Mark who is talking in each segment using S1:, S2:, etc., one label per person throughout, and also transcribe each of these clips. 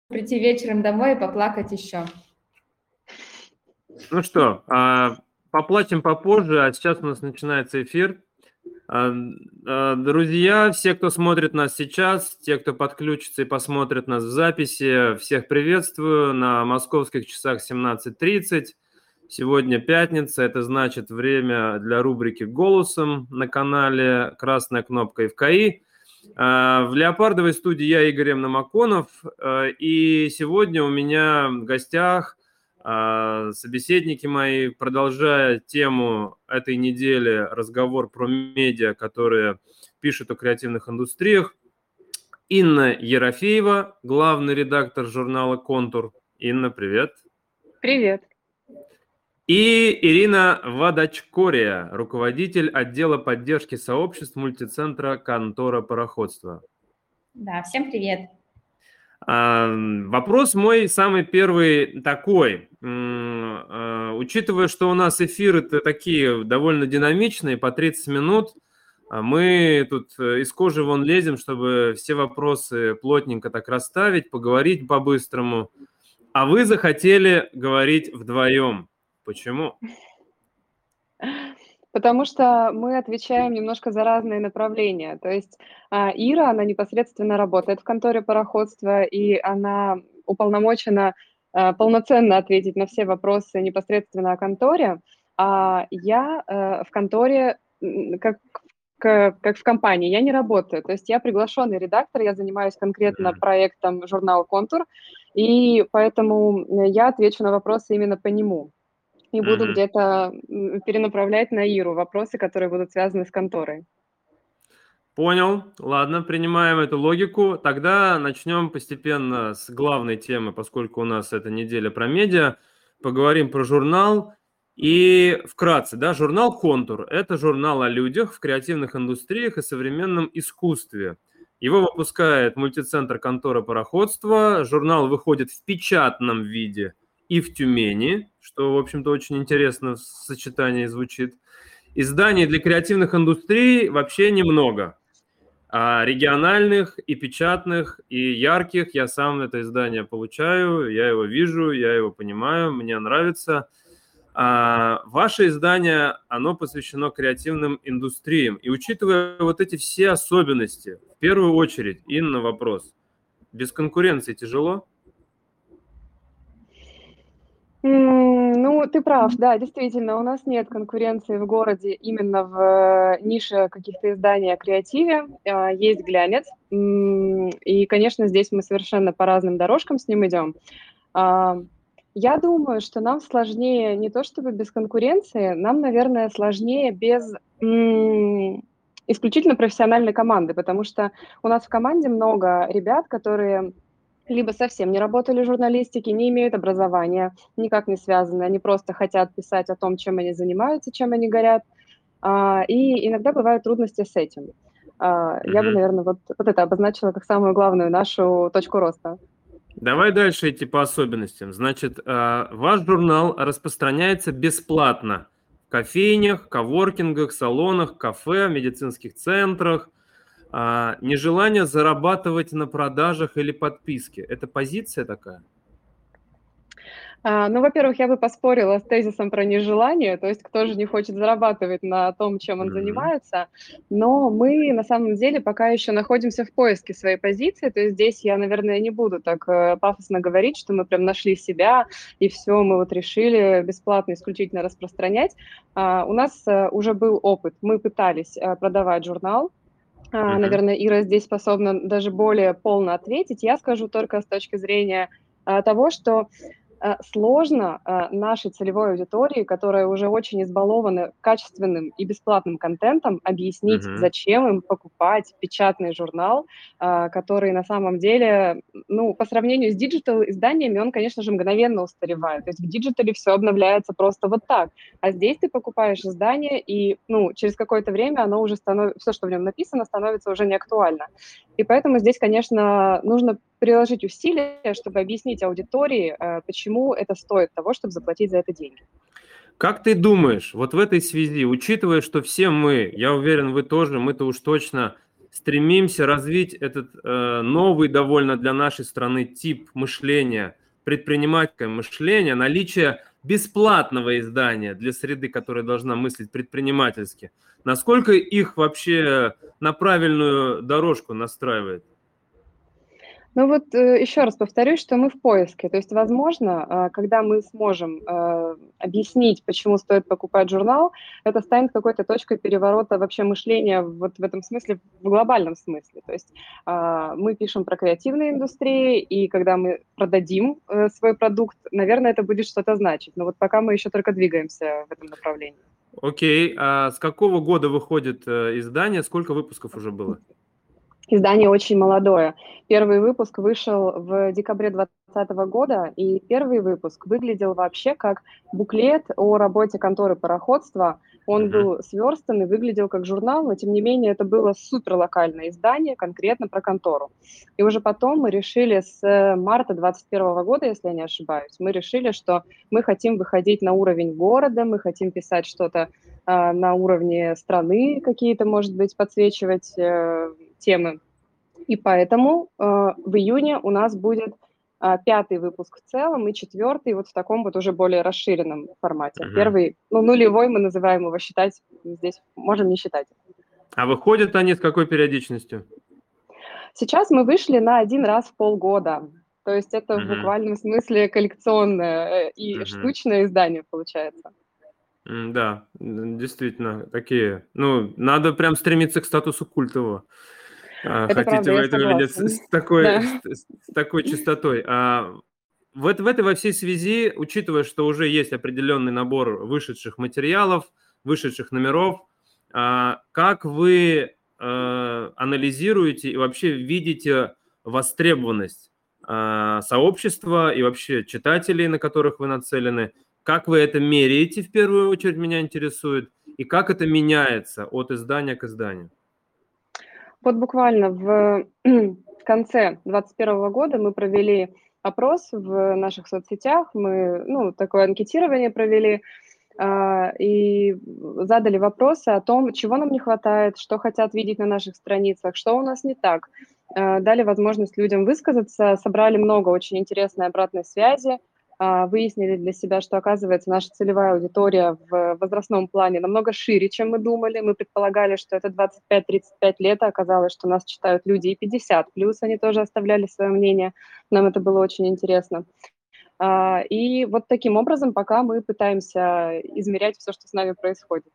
S1: прийти вечером домой и поплакать еще.
S2: Ну что, поплачем попозже, а сейчас у нас начинается эфир. Друзья, все, кто смотрит нас сейчас, те, кто подключится и посмотрит нас в записи, всех приветствую. На московских часах 17:30. Сегодня пятница, это значит время для рубрики «Голосом» на канале «Красная кнопка ФКИ». В леопардовой студии я, Игорь Намаконов, и сегодня у меня в гостях собеседники мои, продолжая тему этой недели, разговор про медиа, которые пишут о креативных индустриях. Инна Ерофеева, главный редактор журнала «Контур». Инна, привет.
S3: Привет.
S2: И Ирина Вадачкория, руководитель отдела поддержки сообществ мультицентра «Контора пароходства».
S1: Да, всем привет.
S2: Вопрос мой самый первый такой. Учитывая, что у нас эфиры-то такие довольно динамичные, по 30 минут, мы тут из кожи вон лезем, чтобы все вопросы плотненько так расставить, поговорить по-быстрому. А вы захотели говорить вдвоем. Почему?
S3: Потому что мы отвечаем немножко за разные направления. То есть Ира, она непосредственно работает в конторе пароходства, и она уполномочена полноценно ответить на все вопросы непосредственно о конторе. А я в конторе, как в компании, я не работаю. То есть я приглашенный редактор, я занимаюсь конкретно проектом журнала «Контур», и поэтому я отвечу на вопросы именно по нему. И буду где-то перенаправлять на Иру вопросы, которые будут связаны с конторой.
S2: Понял. Ладно, принимаем эту логику. Тогда начнем постепенно с главной темы, поскольку у нас эта неделя про медиа. Поговорим про журнал. И вкратце, да, журнал «Контур» – это журнал о людях в креативных индустриях и современном искусстве. Его выпускает мультицентр «Контора пароходства». Журнал выходит в печатном виде и в Тюмени, что, в общем-то, очень интересно в сочетании звучит. Изданий для креативных индустрий вообще немного. Региональных и печатных, и ярких. Я сам это издание получаю, я его вижу, я его понимаю, мне нравится. Ваше издание, оно посвящено креативным индустриям. И учитывая вот эти все особенности, в первую очередь, Инна, вопрос. Без конкуренции тяжело?
S3: Ну, ты прав, да, действительно, у нас нет конкуренции в городе именно в нише каких-то изданий о креативе. Есть «Глянец», и, конечно, здесь мы совершенно по разным дорожкам с ним идем. Я думаю, что нам сложнее не то чтобы без конкуренции, нам, наверное, сложнее без исключительно профессиональной команды, потому что у нас в команде много ребят, которые либо совсем не работали в журналистике, не имеют образования, никак не связаны, они просто хотят писать о том, чем они занимаются, чем они горят, и иногда бывают трудности с этим. Я бы, наверное, вот это обозначила как самую главную нашу точку роста.
S2: Давай дальше идти по особенностям. Значит, ваш журнал распространяется бесплатно в кофейнях, коворкингах, салонах, кафе, медицинских центрах. Нежелание зарабатывать на продажах или подписке. Это позиция такая?
S3: Ну, во-первых, я бы поспорила с тезисом про нежелание, то есть кто же не хочет зарабатывать на том, чем он занимается, но мы на самом деле пока еще находимся в поиске своей позиции, то есть здесь я, наверное, не буду так пафосно говорить, что мы прям нашли себя и все, мы вот решили бесплатно исключительно распространять. У нас уже был опыт, мы пытались продавать журнал. Наверное, Ира здесь способна даже более полно ответить. Я скажу только с точки зрения того, что сложно нашей целевой аудитории, которая уже очень избалована качественным и бесплатным контентом, объяснить, зачем им покупать печатный журнал, который на самом деле, ну, по сравнению с диджитал-изданиями, он, конечно же, мгновенно устаревает. То есть в диджитале все обновляется просто вот так. А здесь ты покупаешь издание, и, ну, через какое-то время оно уже становится, все, что в нем написано, становится уже не актуально. И поэтому здесь, конечно, нужно приложить усилия, чтобы объяснить аудитории, почему это стоит того, чтобы заплатить за это деньги.
S2: Как ты думаешь, вот в этой связи, учитывая, что все мы, я уверен, вы тоже, мы-то уж точно стремимся развить этот новый довольно для нашей страны тип мышления, предпринимательское мышление, наличие бесплатного издания для среды, которая должна мыслить предпринимательски. Насколько их вообще на правильную дорожку настраивает?
S3: Ну вот еще раз повторюсь, что мы в поиске. То есть, возможно, когда мы сможем объяснить, почему стоит покупать журнал, это станет какой-то точкой переворота вообще мышления вот в этом смысле, в глобальном смысле. То есть мы пишем про креативные индустрии, и когда мы продадим свой продукт, наверное, это будет что-то значить. Но вот пока мы еще только двигаемся в этом направлении.
S2: Окей, а с какого года выходит издание? Сколько выпусков уже было?
S3: Издание очень молодое. Первый выпуск вышел в декабре 2020 года, и первый выпуск выглядел вообще как буклет о работе конторы пароходства. Он был сверстан и выглядел как журнал, но тем не менее это было суперлокальное издание, конкретно про контору. И уже потом мы решили с марта 2021 года, если я не ошибаюсь, мы решили, что мы хотим выходить на уровень города, мы хотим писать что-то на уровне страны, какие-то, может быть, подсвечивать темы. И поэтому в июне у нас будет 5-й выпуск в целом и 4-й вот в таком вот уже более расширенном формате. Первый, нулевой, мы называем его, считать здесь можем не считать.
S2: А выходят они с какой периодичностью?
S3: Сейчас мы вышли на 1 раз в полгода. То есть это в буквальном смысле коллекционное и штучное издание получается.
S2: Да, действительно, такие. Ну, надо прям стремиться к статусу культового.
S3: Это
S2: Хотите
S3: правда,
S2: вы
S3: я
S2: этого или нет,
S3: согласна.
S2: с такой частотой. Во всей связи, учитывая, что уже есть определенный набор вышедших материалов, вышедших номеров, как вы анализируете и вообще видите востребованность сообщества и вообще читателей, на которых вы нацелены? Как вы это меряете, в первую очередь, меня интересует, и как это меняется от издания к изданию?
S3: Вот буквально в конце 2021 года мы провели опрос в наших соцсетях, мы такое анкетирование провели и задали вопросы о том, чего нам не хватает, что хотят видеть на наших страницах, что у нас не так. Дали возможность людям высказаться, собрали много очень интересной обратной связи, выяснили для себя, что, оказывается, наша целевая аудитория в возрастном плане намного шире, чем мы думали. Мы предполагали, что это 25-35 лет, а оказалось, что нас читают люди и 50+, они тоже оставляли свое мнение. Нам это было очень интересно. И вот таким образом пока мы пытаемся измерять все, что с нами происходит.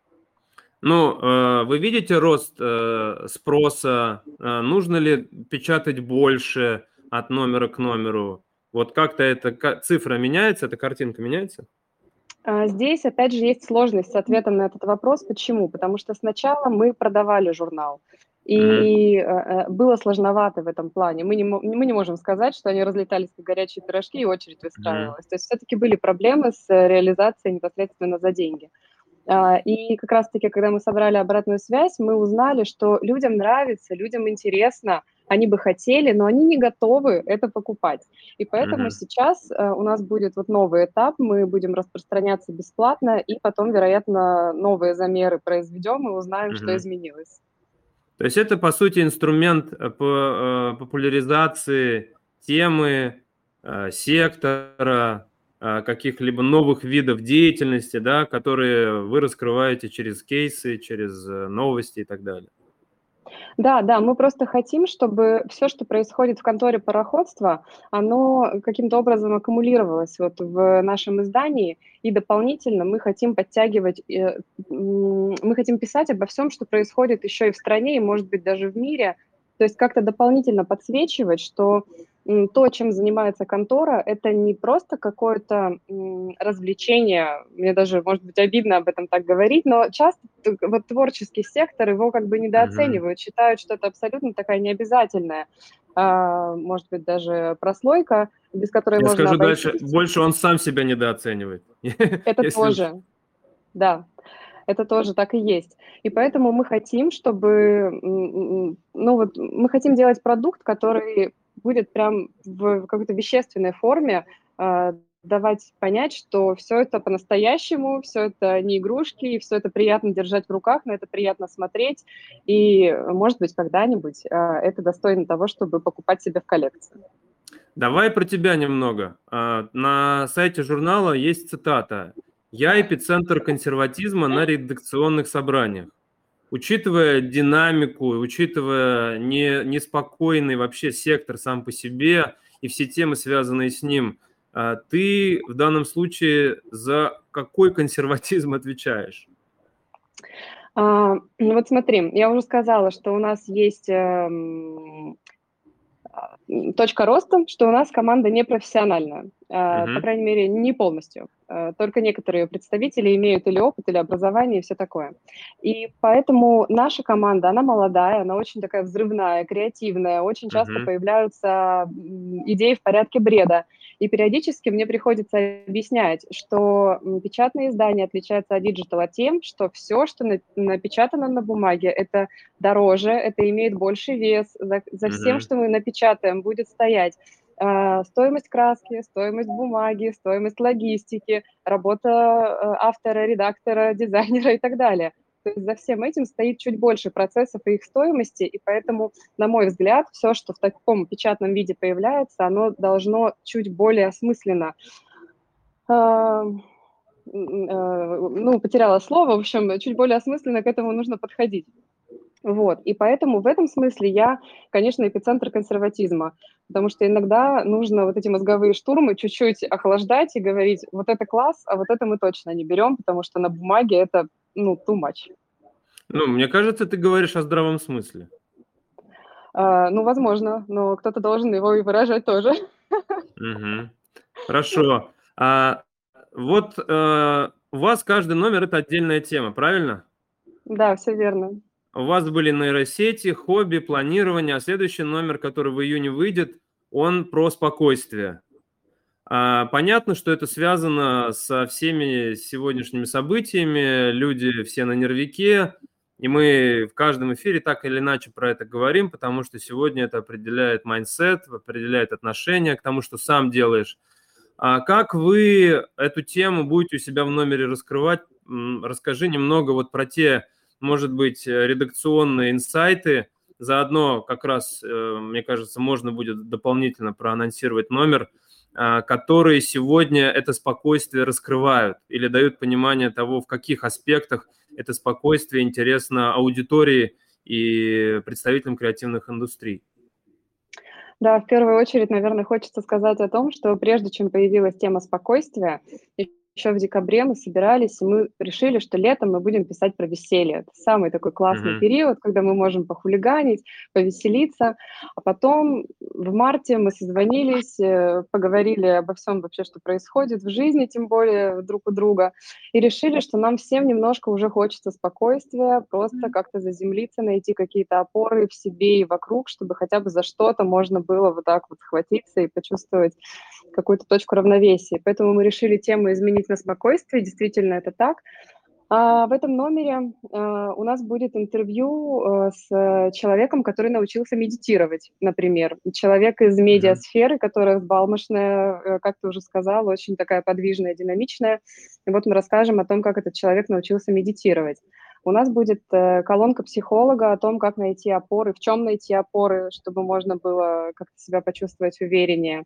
S2: Ну, вы видите рост спроса? Нужно ли печатать больше от номера к номеру? Вот как-то эта цифра меняется, эта картинка меняется?
S3: Здесь, опять же, есть сложность с ответом на этот вопрос. Почему? Потому что сначала мы продавали журнал, и было сложновато в этом плане. Мы не можем сказать, что они разлетались как горячие пирожки, и очередь выстраивалась. То есть все-таки были проблемы с реализацией непосредственно за деньги. И как раз-таки, когда мы собрали обратную связь, мы узнали, что людям нравится, людям интересно, они бы хотели, но они не готовы это покупать. И поэтому сейчас у нас будет вот новый этап, мы будем распространяться бесплатно, и потом, вероятно, новые замеры произведем и узнаем, что изменилось.
S2: То есть это, по сути, инструмент по популяризации темы, сектора, каких-либо новых видов деятельности, да, которые вы раскрываете через кейсы, через новости и так далее.
S3: Да, мы просто хотим, чтобы все, что происходит в конторе пароходства, оно каким-то образом аккумулировалось вот в нашем издании, и дополнительно мы хотим подтягивать, мы хотим писать обо всем, что происходит еще и в стране, и, может быть, даже в мире. То есть как-то дополнительно подсвечивать, что то, чем занимается контора, это не просто какое-то развлечение, мне даже, может быть, обидно об этом так говорить, но часто вот творческий сектор, его как бы недооценивают, считают, что это абсолютно такая необязательная, может быть, даже прослойка, без которой
S2: Я
S3: можно
S2: скажу
S3: обойтись.
S2: дальше, больше он сам себя недооценивает.
S3: Это тоже, да. Это тоже так и есть. И поэтому мы хотим, чтобы, мы хотим делать продукт, который будет прям в какой-то вещественной форме давать понять, что все это по-настоящему, все это не игрушки, и все это приятно держать в руках, на это приятно смотреть, и, может быть, когда-нибудь это достойно того, чтобы покупать себе в коллекцию.
S2: Давай про тебя немного. На сайте журнала есть цитата: «Я эпицентр консерватизма на редакционных собраниях». Учитывая динамику, учитывая неспокойный вообще сектор сам по себе и все темы, связанные с ним, ты в данном случае за какой консерватизм отвечаешь?
S3: Ну вот смотри, я уже сказала, что у нас есть точка роста, что у нас команда непрофессиональная, по
S2: Мгм.
S3: крайней мере, не полностью. Только некоторые представители имеют или опыт, или образование, и все такое. И поэтому наша команда, она молодая, она очень такая взрывная, креативная, очень часто
S2: Мгм.
S3: появляются идеи в порядке бреда. И периодически мне приходится объяснять, что печатные издания отличаются от диджитала тем, что все, что напечатано на бумаге, это дороже, это имеет больший вес. За всем,
S2: Мгм.
S3: что мы напечатаем, будет стоять стоимость краски, стоимость бумаги, стоимость логистики, работа автора, редактора, дизайнера и так далее. То есть за всем этим стоит чуть больше процессов и их стоимости, и поэтому, на мой взгляд, все, что в таком печатном виде появляется, оно должно чуть более осмысленно, ну, потеряла слово, в общем, чуть более осмысленно к этому нужно подходить. Вот, и поэтому в этом смысле я, конечно, эпицентр консерватизма, потому что иногда нужно вот эти мозговые штурмы чуть-чуть охлаждать и говорить, вот это класс, а вот это мы точно не берем, потому что на бумаге это, ну, too much.
S2: Ну, мне кажется, ты говоришь о здравом смысле.
S3: Ну, возможно, но кто-то должен его и выражать тоже.
S2: Мгм. Хорошо. Вот у вас каждый номер – это отдельная тема, правильно?
S3: Да, все верно.
S2: У вас были нейросети, хобби, планирование, а следующий номер, который в июне выйдет, он про спокойствие. Понятно, что это связано со всеми сегодняшними событиями, люди все на нервике, и мы в каждом эфире так или иначе про это говорим, потому что сегодня это определяет майндсет, определяет отношение к тому, что сам делаешь. А как вы эту тему будете у себя в номере раскрывать? Расскажи немного вот про те, может быть, редакционные инсайты. Заодно как раз, мне кажется, можно будет дополнительно проанонсировать номер, которые сегодня это спокойствие раскрывают или дают понимание того, в каких аспектах это спокойствие интересно аудитории и представителям креативных индустрий.
S3: Да, в первую очередь, наверное, хочется сказать о том, что прежде чем появилась тема спокойствия, еще в декабре мы собирались, и мы решили, что летом мы будем писать про веселье. Это самый такой классный
S2: Мгм.
S3: период, когда мы можем похулиганить, повеселиться. А потом в марте мы созвонились, поговорили обо всем вообще, что происходит в жизни, тем более друг у друга, и решили, что нам всем немножко уже хочется спокойствия, просто как-то заземлиться, найти какие-то опоры в себе и вокруг, чтобы хотя бы за что-то можно было вот так вот схватиться и почувствовать какую-то точку равновесия. Поэтому мы решили тему изменить на спокойствие, действительно это так. В этом номере у нас будет интервью с человеком, который научился медитировать, например. Человек из
S2: Мгм.
S3: медиасферы, которая взбалмошная, как ты уже сказал, очень такая подвижная, динамичная. И вот мы расскажем о том, как этот человек научился медитировать. У нас будет колонка психолога о том, как найти опоры, в чем найти опоры, чтобы можно было как-то себя почувствовать увереннее.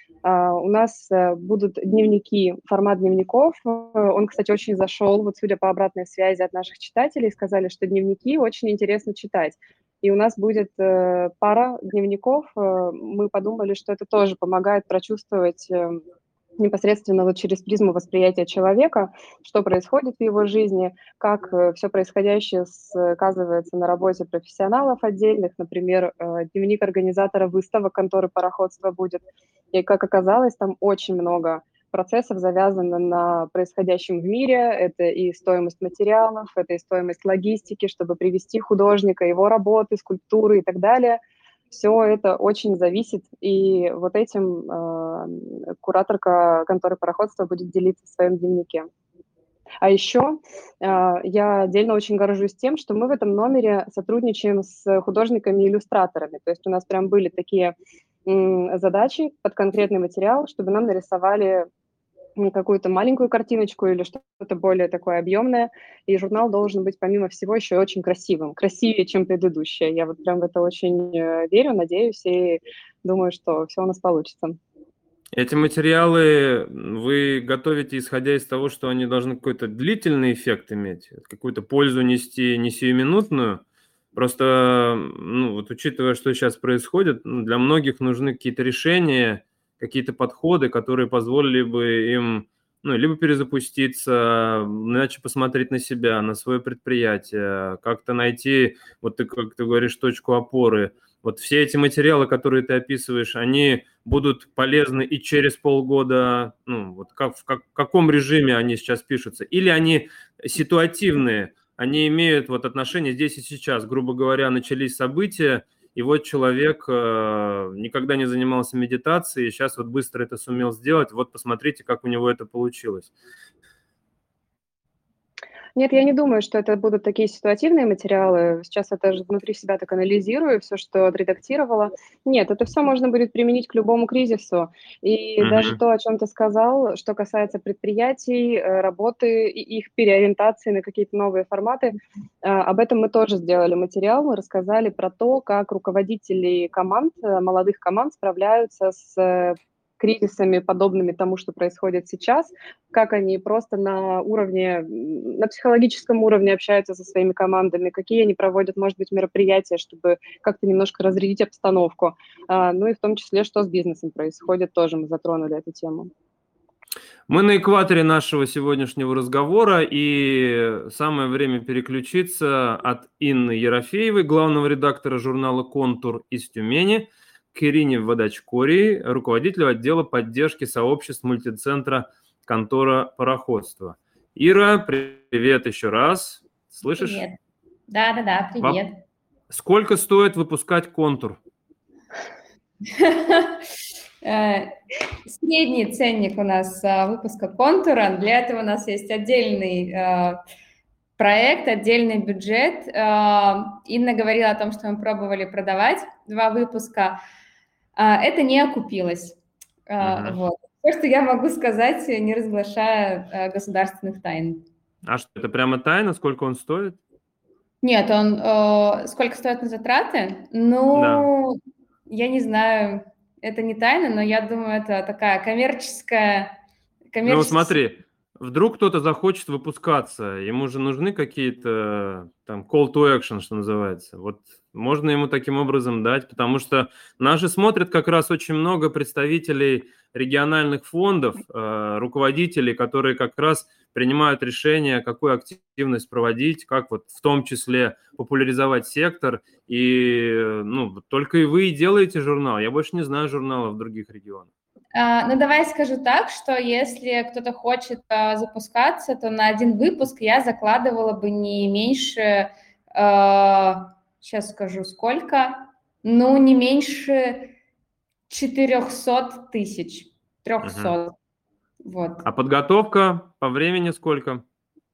S3: У нас будут дневники, формат дневников. Он, кстати, очень зашел. Вот судя по обратной связи от наших читателей, сказали, что дневники очень интересно читать. И у нас будет пара дневников. Мы подумали, что это тоже помогает прочувствовать непосредственно вот через призму восприятия человека, что происходит в его жизни, как все происходящее сказывается на работе профессионалов отдельных, например, дневник организатора выставок, конторы пароходства будет. И, как оказалось, там очень много процессов завязано на происходящем в мире. Это и стоимость материалов, это и стоимость логистики, чтобы привести художника, его работы, скульптуры и так далее. Все это очень зависит, и вот этим кураторка конторы пароходства будет делиться в своем дневнике. А еще я отдельно очень горжусь тем, что мы в этом номере сотрудничаем с художниками-иллюстраторами. То есть у нас прям были такие задачи под конкретный материал, чтобы нам нарисовали какую-то маленькую картиночку или что-то более такое объемное. И журнал должен быть, помимо всего, еще и очень красивым, красивее, чем предыдущее. Я вот прям в это очень верю, надеюсь и думаю, что все у нас получится.
S2: Эти материалы вы готовите, исходя из того, что они должны какой-то длительный эффект иметь, какую-то пользу нести не сиюминутную. Просто, ну, вот учитывая, что сейчас происходит, ну, для многих нужны какие-то решения, какие-то подходы, которые позволили бы им, ну, либо перезапуститься, иначе посмотреть на себя, на свое предприятие, как-то найти, вот ты, как ты говоришь, точку опоры. Вот все эти материалы, которые ты описываешь, они будут полезны и через полгода, ну, вот в каком режиме они сейчас пишутся, или они ситуативные, они имеют вот отношение здесь и сейчас, грубо говоря, начались события, и вот человек никогда не занимался медитацией, сейчас вот быстро это сумел сделать, вот посмотрите, как у него это получилось.
S3: Нет, я не думаю, что это будут такие ситуативные материалы. Сейчас я даже внутри себя так анализирую все, что отредактировала. Нет, это все можно будет применить к любому кризису. И даже
S2: Мгм.
S3: то, о чем ты сказал, что касается предприятий, работы и их переориентации на какие-то новые форматы, об этом мы тоже сделали материал. Мы рассказали про то, как руководители команд, молодых команд справляются с кризисами, подобными тому, что происходит сейчас, как они просто на уровне, на психологическом уровне общаются со своими командами, какие они проводят, может быть, мероприятия, чтобы как-то немножко разрядить обстановку. Ну и в том числе, что с бизнесом происходит, тоже мы затронули эту тему.
S2: Мы на экваторе нашего сегодняшнего разговора, и самое время переключиться от Инны Ерофеевой, главного редактора журнала «Контур» из Тюмени, к Ирине Водочкории, руководителю отдела поддержки сообществ мультицентра «Контора пароходства». Ира, привет еще раз. Слышишь?
S1: Привет. Да-да-да, привет.
S2: Сколько стоит выпускать «Контур»?
S1: Средний ценник у нас выпуска контура. Для этого у нас есть отдельный проект, отдельный бюджет. Инна говорила о том, что мы пробовали продавать 2 выпуска. Это не окупилось. Вот. Все, что я могу сказать, не разглашая государственных тайн.
S2: А что, это прямо тайна? Сколько он стоит?
S1: Нет, сколько стоят на затраты?
S2: Да.
S1: Ну, я не знаю, это не тайна, но я думаю, это такая
S2: Ну,
S1: коммерческий
S2: смотри, вдруг кто-то захочет выпускаться, ему же нужны какие-то там call to action, что называется. Вот можно ему таким образом дать, потому что наши смотрят как раз очень много представителей региональных фондов, руководителей, которые как раз принимают решение, какую активность проводить, как вот в том числе популяризовать сектор. И ну, только и вы и делаете журнал. Я больше не знаю журналов в других регионах.
S1: Ну, давай скажу так, что если кто-то хочет запускаться, то на один выпуск я закладывала бы не меньше, сейчас скажу сколько, ну, не меньше 400 тысяч, 300, вот.
S2: А подготовка по времени сколько?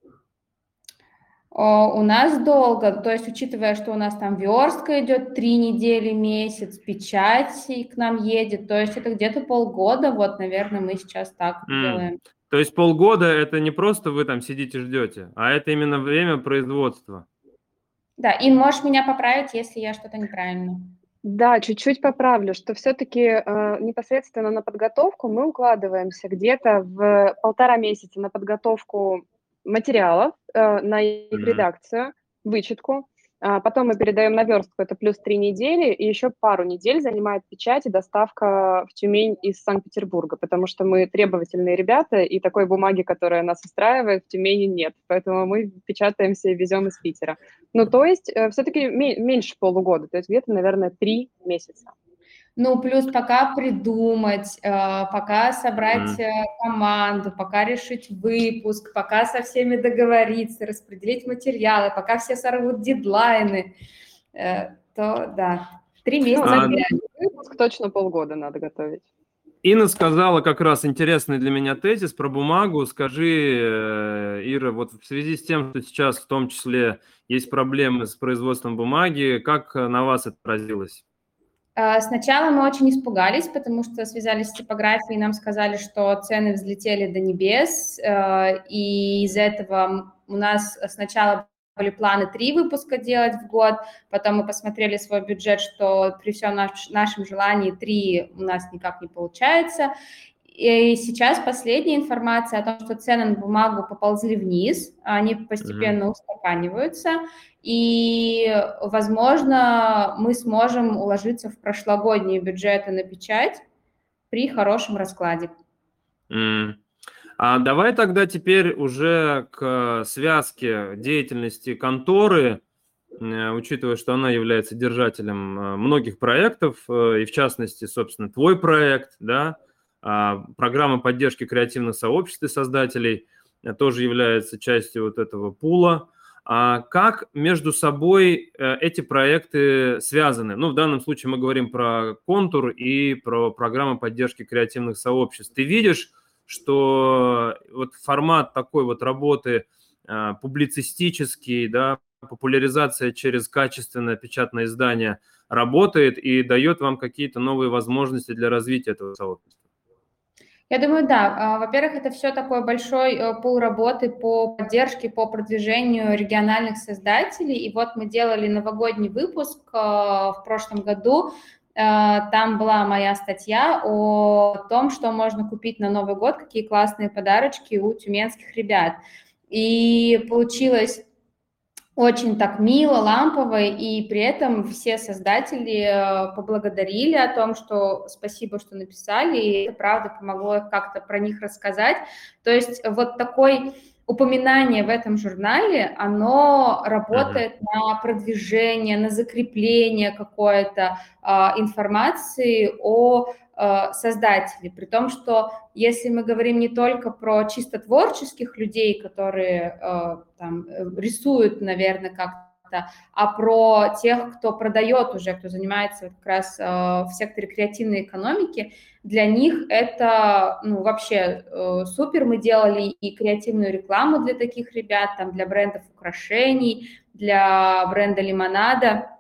S1: У нас долго, то есть учитывая, что у нас там верстка идет 3 недели, месяц, печать к нам едет, то есть это где-то полгода, вот, наверное, мы сейчас так делаем.
S2: То есть полгода это не просто вы там сидите ждете, а это именно время производства.
S1: Да, и можешь меня поправить, если я что-то неправильно.
S3: Да, чуть-чуть поправлю, что все-таки непосредственно на подготовку мы укладываемся где-то в 1,5 месяца на подготовку материалов, на их редакцию, вычетку. Потом мы передаем на верстку, это плюс 3 недели, и еще пару недель занимает печать и доставка в Тюмень из Санкт-Петербурга, потому что мы требовательные ребята, и такой бумаги, которая нас устраивает, в Тюмени нет. Поэтому мы печатаемся и везем из Питера. Ну, то есть все-таки меньше полугода, то есть где-то, наверное, 3 месяца.
S1: Ну, плюс пока придумать, пока собрать команду, пока решить выпуск, пока со всеми договориться, распределить материалы, пока все сорвут дедлайны, то да, 3 месяца.
S3: Ну, на выпуск точно полгода надо готовить.
S2: Инна сказала как раз интересный для меня тезис про бумагу. Скажи, Ира, вот в связи с тем, что сейчас в том числе есть проблемы с производством бумаги, как на вас это отразилось?
S1: Сначала мы очень испугались, потому что связались с типографией, нам сказали, что цены взлетели до небес, и из-за этого у нас сначала были планы 3 выпуска делать в год, потом мы посмотрели свой бюджет, что при всем нашем желании 3 у нас никак не получается. И сейчас последняя информация о том, что цены на бумагу поползли вниз, они постепенно устаканиваются, и, возможно, мы сможем уложиться в прошлогодние бюджеты на печать при хорошем раскладе.
S2: А давай тогда теперь уже к связке деятельности конторы, учитывая, что она является держателем многих проектов, и в частности, собственно, твой проект, да, программа поддержки креативных сообществ и создателей тоже является частью вот этого пула. А как между собой эти проекты связаны? Ну, в данном случае мы говорим про контур и про программу поддержки креативных сообществ. Ты видишь, что вот формат такой вот работы публицистический, да, популяризация через качественное печатное издание работает и дает вам какие-то новые возможности для развития этого сообщества?
S1: Я думаю, да. Во-первых, это все такой большой пул работы по поддержке, по продвижению региональных создателей. И вот мы делали новогодний выпуск в прошлом году. Там была моя статья о том, что можно купить на Новый год, какие классные подарочки у тюменских ребят. И получилось очень так мило, лампово, и при этом все создатели поблагодарили о том, что спасибо, что написали, и это правда помогло как-то про них рассказать. То есть вот такое упоминание в этом журнале, оно работает на продвижение, на закрепление какой-то информации о создателей, при том, что если мы говорим не только про чисто творческих людей, которые там рисуют, наверное, как-то, а про тех, кто продает уже, кто занимается как раз в секторе креативной экономики, для них это вообще супер. Мы делали и креативную рекламу для таких ребят, там, для брендов украшений, для бренда лимонада.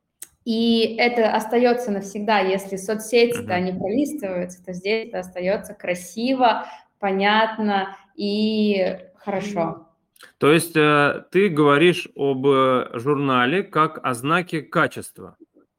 S1: И это остается навсегда. Если соцсети-то не пролистываются, то здесь это остается красиво, понятно и хорошо.
S2: То есть ты говоришь об журнале как о знаке качества?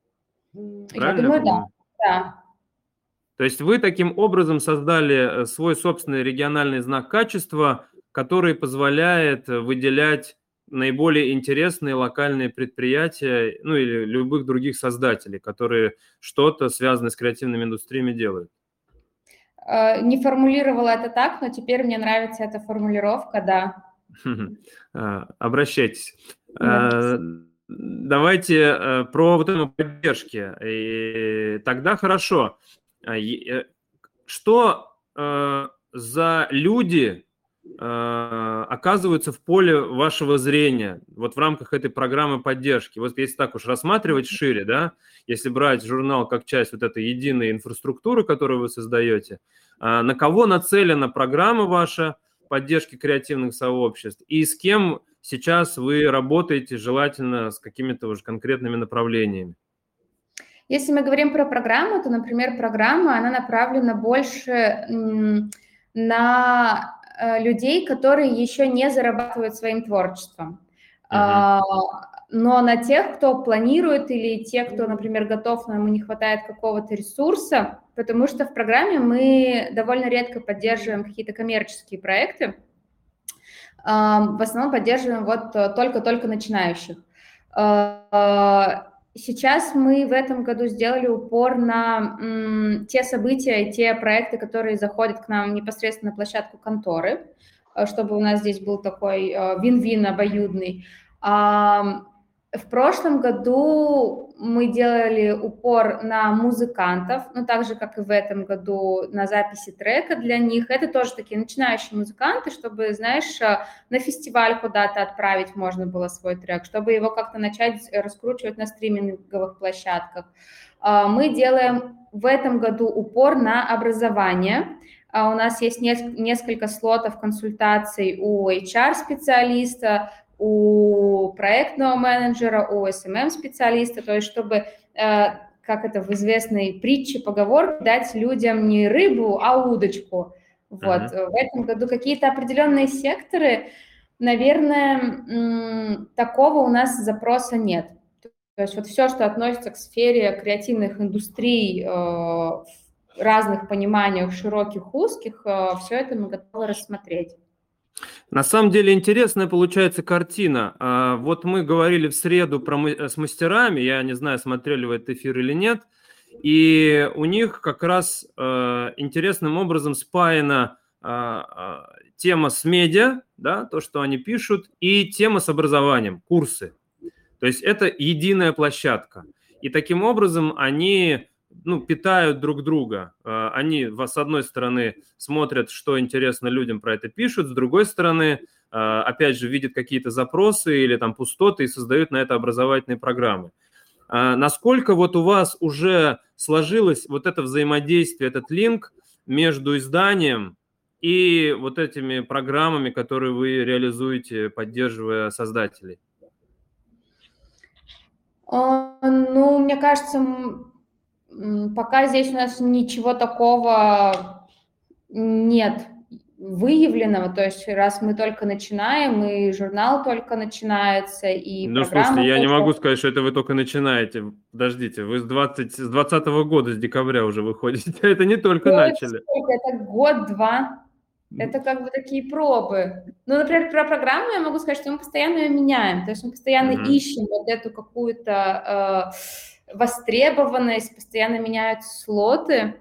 S1: Я думаю, да.
S2: То есть вы таким образом создали свой собственный региональный знак качества, который позволяет выделять наиболее интересные локальные предприятия, ну или любых других создателей, которые что-то связанное с креативными индустриями делают.
S1: Не формулировала это так, но теперь мне нравится эта формулировка, да.
S2: Обращайтесь. Давайте про вот эту поддержку. И тогда хорошо. Что за люди оказываются в поле вашего зрения вот в рамках этой программы поддержки? Вот если так уж рассматривать шире, да, если брать журнал как часть вот этой единой инфраструктуры, которую вы создаете, на кого нацелена программа ваша поддержки креативных сообществ и с кем сейчас вы работаете, желательно с какими-то уже конкретными направлениями?
S1: Если мы говорим про программу, то, например, программа, она направлена больше на людей, которые еще не зарабатывают своим творчеством. Но на тех, кто планирует, или те, кто, например, готов, но ему не хватает какого-то ресурса, потому что в программе мы довольно редко поддерживаем какие-то коммерческие проекты. В основном поддерживаем вот только-только начинающих. Сейчас мы в этом году сделали упор на те события и те проекты, которые заходят к нам непосредственно на площадку конторы, чтобы у нас здесь был такой вин-вин обоюдный. В прошлом году мы делали упор на музыкантов, ну, так же, как и в этом году, на записи трека для них. Это тоже такие начинающие музыканты, чтобы, знаешь, на фестиваль куда-то отправить можно было свой трек, чтобы его как-то начать раскручивать на стриминговых площадках. Мы делаем в этом году упор на образование. У нас есть несколько слотов консультаций у HR-специалиста, у проектного менеджера, у SMM-специалиста, то есть чтобы как это в известной притче, поговорке, дать людям не рыбу, а удочку. Вот. В этом году какие-то определенные секторы, наверное, такого у нас запроса нет. То есть вот все, что относится к сфере креативных индустрий в разных пониманиях, широких, узких, все это мы готовы рассмотреть.
S2: На самом деле интересная получается картина. Вот мы говорили в среду с мастерами, я не знаю, смотрели вы этот эфир или нет, и у них как раз интересным образом спаяна тема с медиа, да, то, что они пишут, и тема с образованием, курсы. То есть это единая площадка. И таким образом они питают друг друга. Они, с одной стороны, смотрят, что интересно людям, про это пишут, с другой стороны, опять же, видят какие-то запросы или там пустоты и создают на это образовательные программы. Насколько вот у вас уже сложилось вот это взаимодействие, этот линк между изданием и вот этими программами, которые вы реализуете, поддерживая создателей?
S1: Мне кажется, пока здесь у нас ничего такого нет выявленного, то есть раз мы только начинаем, и журнал только начинается, и
S2: в
S1: программа...
S2: смысле, я не
S1: только...
S2: могу сказать, что это вы только начинаете. Подождите, вы с 2020 года, с декабря уже выходите. Это не только начали.
S1: Это год-два. Это как бы такие пробы. Например, про программу я могу сказать, что мы постоянно ее меняем. То есть мы постоянно ищем вот эту какую-то востребованность, постоянно меняются слоты.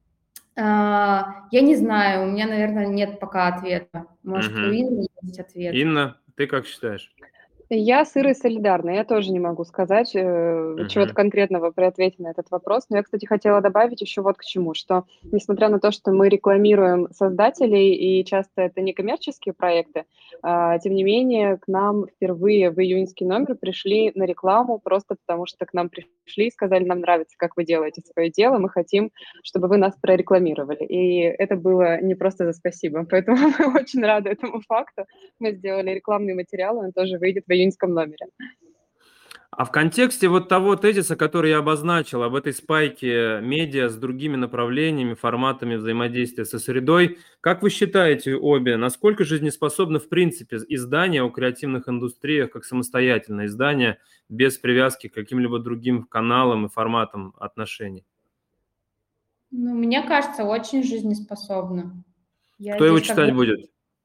S1: Я не знаю, у меня, наверное, нет пока ответа. Может, у Инны есть ответ.
S2: Инна, ты как считаешь?
S3: Я с Ирой солидарна. Я тоже не могу сказать чего-то конкретного при ответе на этот вопрос. Но я, кстати, хотела добавить еще вот к чему, что несмотря на то, что мы рекламируем создателей, и часто это не коммерческие проекты, тем не менее к нам впервые в июньский номер пришли на рекламу просто потому, что к нам пришли и сказали, нам нравится, как вы делаете свое дело, мы хотим, чтобы вы нас прорекламировали. И это было не просто за спасибо. Поэтому мы очень рады этому факту. Мы сделали рекламный материал, он тоже выйдет в июньском номере.
S2: А в контексте вот того тезиса, который я обозначил, об этой спайке медиа с другими направлениями, форматами взаимодействия со средой, как вы считаете обе, насколько жизнеспособно в принципе издание о креативных индустриях как самостоятельное издание без привязки к каким-либо другим каналам и форматам отношений?
S1: Мне кажется, очень жизнеспособно.
S2: Кто его читать будет?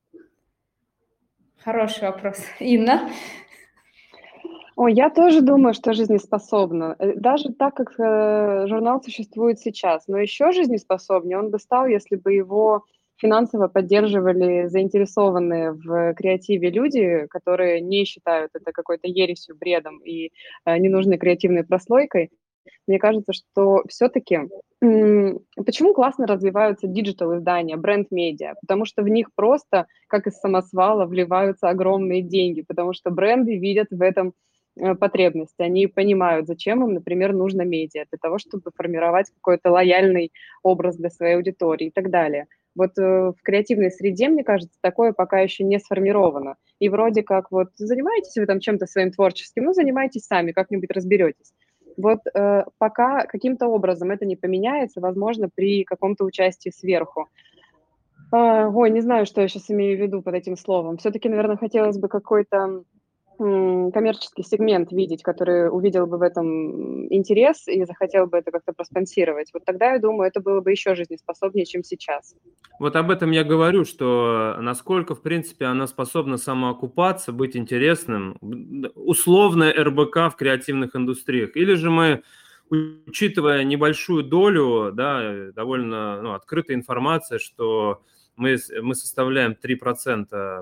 S1: Хороший вопрос. Инна?
S3: Я тоже думаю, что жизнеспособно. Даже так, как журнал существует сейчас. Но еще жизнеспособнее он бы стал, если бы его финансово поддерживали заинтересованные в креативе люди, которые не считают это какой-то ересью, бредом и ненужной креативной прослойкой. Мне кажется, что все-таки почему классно развиваются диджитал-издания, бренд-медиа? Потому что в них просто, как из самосвала, вливаются огромные деньги, потому что бренды видят в этом потребность. Они понимают, зачем им, например, нужно медиа, для того, чтобы формировать какой-то лояльный образ для своей аудитории и так далее. Вот в креативной среде, мне кажется, такое пока еще не сформировано. И вроде как вот занимаетесь вы там чем-то своим творческим, занимайтесь сами, как-нибудь разберетесь. Вот пока каким-то образом это не поменяется, возможно, при каком-то участии сверху. Не знаю, что я сейчас имею в виду под этим словом. Все-таки, наверное, хотелось бы какой-то коммерческий сегмент видеть, который увидел бы в этом интерес и захотел бы это как-то проспонсировать. Вот тогда, я думаю, это было бы еще жизнеспособнее, чем сейчас.
S2: Вот об этом я говорю, что насколько, в принципе, она способна самоокупаться, быть интересным, условная РБК в креативных индустриях. Или же мы, учитывая небольшую долю, да, довольно открытая информация, что мы составляем 3%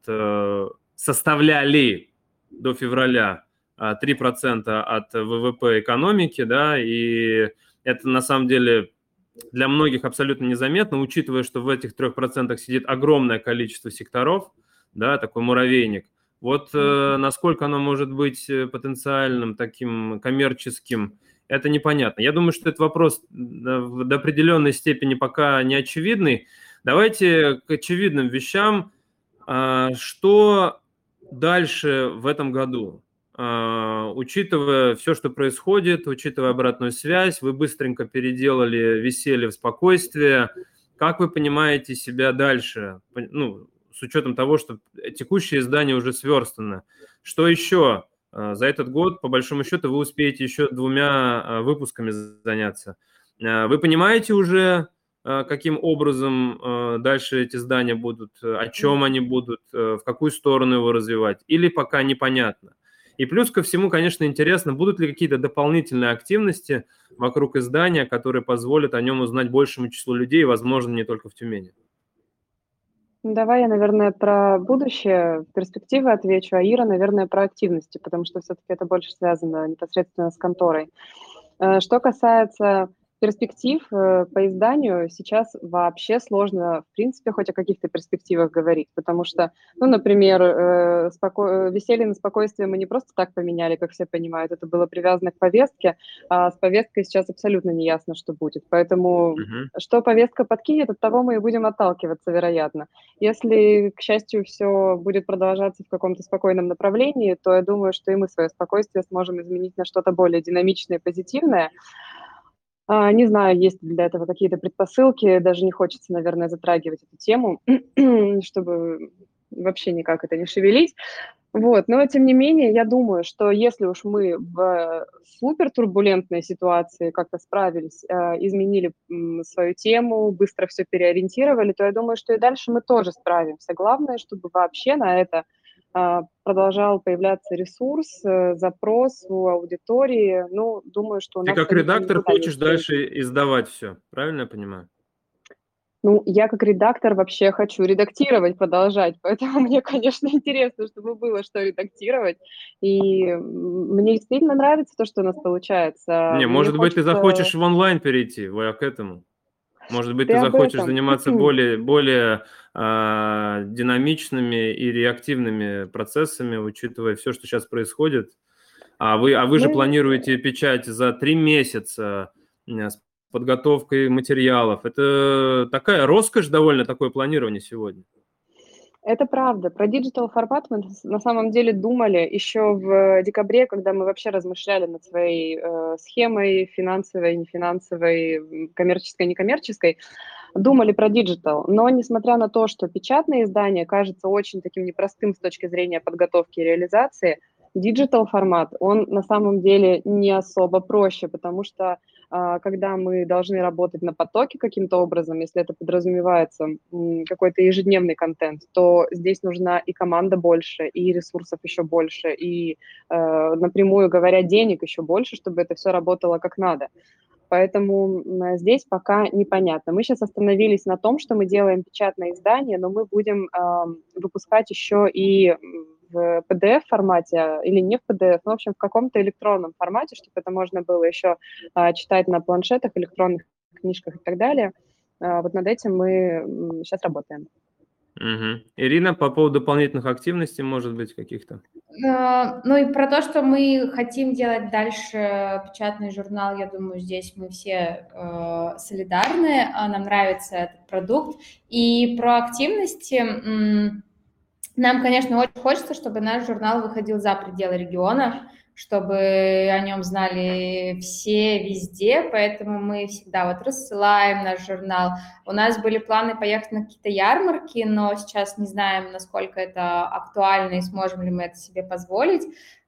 S2: составляли до февраля 3% от ВВП экономики, да, и это на самом деле для многих абсолютно незаметно, учитывая, что в этих 3% сидит огромное количество секторов, да, такой муравейник. Вот насколько оно может быть потенциальным, таким коммерческим, это непонятно. Я думаю, что этот вопрос до определенной степени пока не очевидный. Давайте к очевидным вещам. Что дальше в этом году? учитывая все, что происходит, учитывая обратную связь, вы быстренько переделали веселье в спокойствие. Как вы понимаете себя дальше? Ну, с учетом того, что текущее издание уже сверстано. Что еще за этот год, по большому счету, вы успеете еще 2 выпусками заняться? Вы понимаете уже, каким образом дальше эти издания будут, о чем они будут, в какую сторону его развивать? Или пока непонятно? И плюс ко всему, конечно, интересно, будут ли какие-то дополнительные активности вокруг издания, которые позволят о нем узнать большему числу людей, возможно, не только в Тюмени.
S3: Давай я, наверное, про будущее, перспективы отвечу, а Ира, наверное, про активности, потому что все-таки это больше связано непосредственно с конторой. Что касается перспектив по изданию, сейчас вообще сложно, в принципе, хоть о каких-то перспективах говорить, потому что, ну, например, веселье на спокойствие мы не просто так поменяли, как все понимают, это было привязано к повестке, а с повесткой сейчас абсолютно не ясно, что будет. Поэтому что повестка подкинет, от того мы и будем отталкиваться, вероятно. Если, к счастью, все будет продолжаться в каком-то спокойном направлении, то я думаю, что и мы свое спокойствие сможем изменить на что-то более динамичное и позитивное. Не знаю, есть ли для этого какие-то предпосылки, даже не хочется, наверное, затрагивать эту тему, чтобы вообще никак это не шевелить. Вот, но тем не менее, я думаю, что если уж мы в супертурбулентной ситуации как-то справились, изменили свою тему, быстро все переориентировали, то я думаю, что и дальше мы тоже справимся. Главное, чтобы вообще на это продолжал появляться ресурс, запрос у аудитории. Ну, думаю, что у
S2: Ты
S3: нас
S2: как
S3: с этим
S2: редактор
S3: никуда не
S2: хочешь
S3: успеем.
S2: дальше издавать все, правильно я понимаю?
S3: Ну, я как редактор вообще хочу редактировать, продолжать, поэтому мне, конечно, интересно, чтобы было что редактировать. И мне действительно нравится то, что у нас получается.
S2: Не,
S3: Мне
S2: может быть, ты
S3: хочется...
S2: захочешь в онлайн перейти, я к этому. Может быть,
S3: Ты
S2: ты
S3: об
S2: захочешь
S3: этом.
S2: заниматься более динамичными и реактивными процессами, учитывая все, что сейчас происходит. А вы же
S3: Мы
S2: планируете печать за 3 месяца с подготовкой материалов. Это такая роскошь довольно, такое планирование сегодня.
S3: Это правда. Про диджитал формат мы на самом деле думали еще в декабре, когда мы вообще размышляли над своей схемой финансовой, нефинансовой, коммерческой, некоммерческой. Думали про диджитал, но несмотря на то, что печатное издание кажется очень таким непростым с точки зрения подготовки и реализации, диджитал формат, он на самом деле не особо проще, потому что когда мы должны работать на потоке каким-то образом, если это подразумевается какой-то ежедневный контент, то здесь нужна и команда больше, и ресурсов еще больше, и, напрямую говоря, денег еще больше, чтобы это все работало как надо. Поэтому здесь пока непонятно. Мы сейчас остановились на том, что мы делаем печатное издание, но мы будем выпускать еще и в PDF-формате или не в PDF, но, в общем, в каком-то электронном формате, чтобы это можно было еще читать на планшетах, электронных книжках и так далее. Вот над этим мы сейчас работаем.
S2: Угу. Ирина, по поводу дополнительных активностей, может быть, каких-то?
S1: Ну и про то, что мы хотим делать дальше печатный журнал, я думаю, здесь мы все солидарны, нам нравится этот продукт. И про активности нам, конечно, очень хочется, чтобы наш журнал выходил за пределы региона, чтобы о нем знали все везде, поэтому мы всегда вот рассылаем наш журнал. У нас были планы поехать на какие-то ярмарки, но сейчас не знаем, насколько это актуально и сможем ли мы это себе позволить.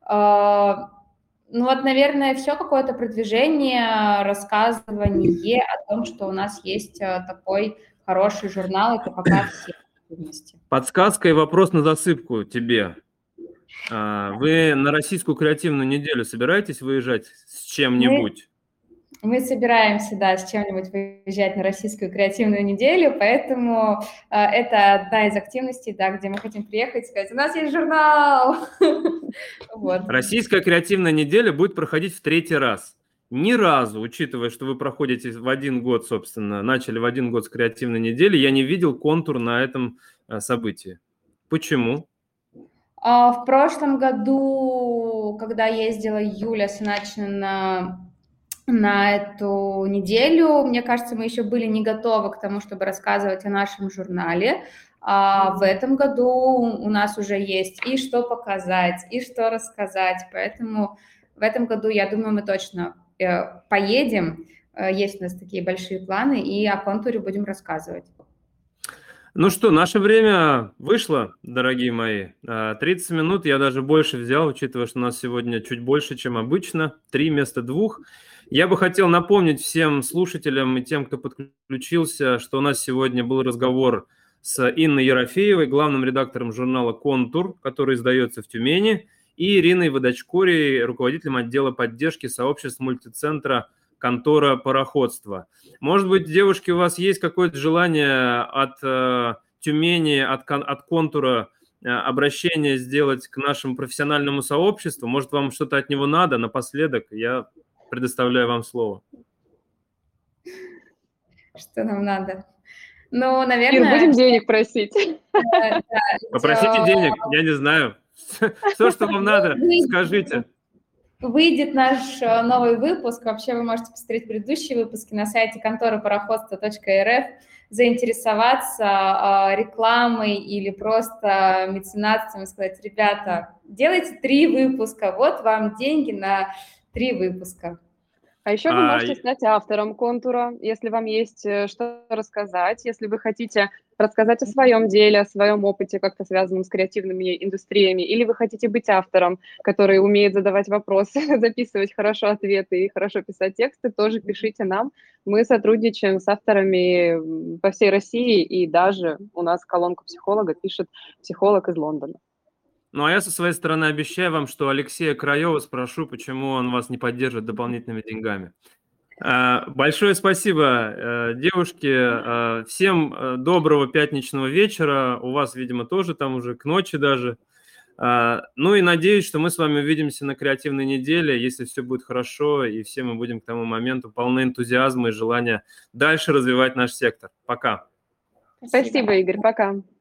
S1: Ну вот, наверное, все какое-то продвижение, рассказывание о том, что у нас есть такой хороший журнал, это пока все активности.
S2: Подсказка и вопрос на засыпку тебе. Вы на Российскую креативную неделю собираетесь выезжать с чем-нибудь?
S1: Мы собираемся, да, с чем-нибудь выезжать на Российскую креативную неделю, поэтому это одна из активностей, да, где мы хотим приехать и сказать, у нас есть журнал.
S2: Российская креативная неделя будет проходить в 3-й раз. Ни разу, учитывая, что вы проходите в 1 год, собственно, начали в 1 год с креативной недели, я не видел контур на этом событии. Почему?
S1: В прошлом году, когда ездила Юля Саначина на эту неделю. Мне кажется, мы еще были не готовы к тому, чтобы рассказывать о нашем журнале. А в этом году у нас уже есть и что показать, и что рассказать. Поэтому в этом году, я думаю, мы точно поедем. Есть у нас такие большие планы, и о контуре будем рассказывать.
S2: Ну что, наше время вышло, дорогие мои. 30 минут, я даже больше взял, учитывая, что у нас сегодня чуть больше, чем обычно, 3 вместо 2. Я бы хотел напомнить всем слушателям и тем, кто подключился, что у нас сегодня был разговор с Инной Ерофеевой, главным редактором журнала «Контур», который издается в Тюмени, и Ириной Водочкорей, руководителем отдела поддержки сообществ мультицентра «Контора пароходства». Может быть, девушки, у вас есть какое-то желание от Тюмени, от «Контура» обращение сделать к нашему профессиональному сообществу? Может, вам что-то от него надо? Напоследок я предоставляю вам слово.
S1: Что нам надо? Ну, наверное...
S3: Ир, будем денег просить.
S2: Попросите денег, я не знаю. Все, что вам надо, скажите.
S1: Выйдет наш новый выпуск. Вообще вы можете посмотреть предыдущие выпуски на сайте конторапароходства.рф, заинтересоваться рекламой или просто меценатством и сказать: ребята, делайте 3 выпуска, вот вам деньги на 3 выпуска.
S3: А еще вы можете стать автором «Контура», если вам есть что рассказать, если вы хотите рассказать о своем деле, о своем опыте, как-то связанном с креативными индустриями, или вы хотите быть автором, который умеет задавать вопросы, записывать хорошо ответы и хорошо писать тексты, тоже пишите нам. Мы сотрудничаем с авторами по всей России, и даже у нас колонку психолога пишет психолог из Лондона.
S2: Ну, а я со своей стороны обещаю вам, что Алексея Краева спрошу, почему он вас не поддерживает дополнительными деньгами. Большое спасибо, девушки. Всем доброго пятничного вечера. У вас, видимо, тоже там уже к ночи даже. Ну и надеюсь, что мы с вами увидимся на креативной неделе, если все будет хорошо, и все мы будем к тому моменту полны энтузиазма и желания дальше развивать наш сектор. Пока.
S3: Спасибо, Игорь. Пока.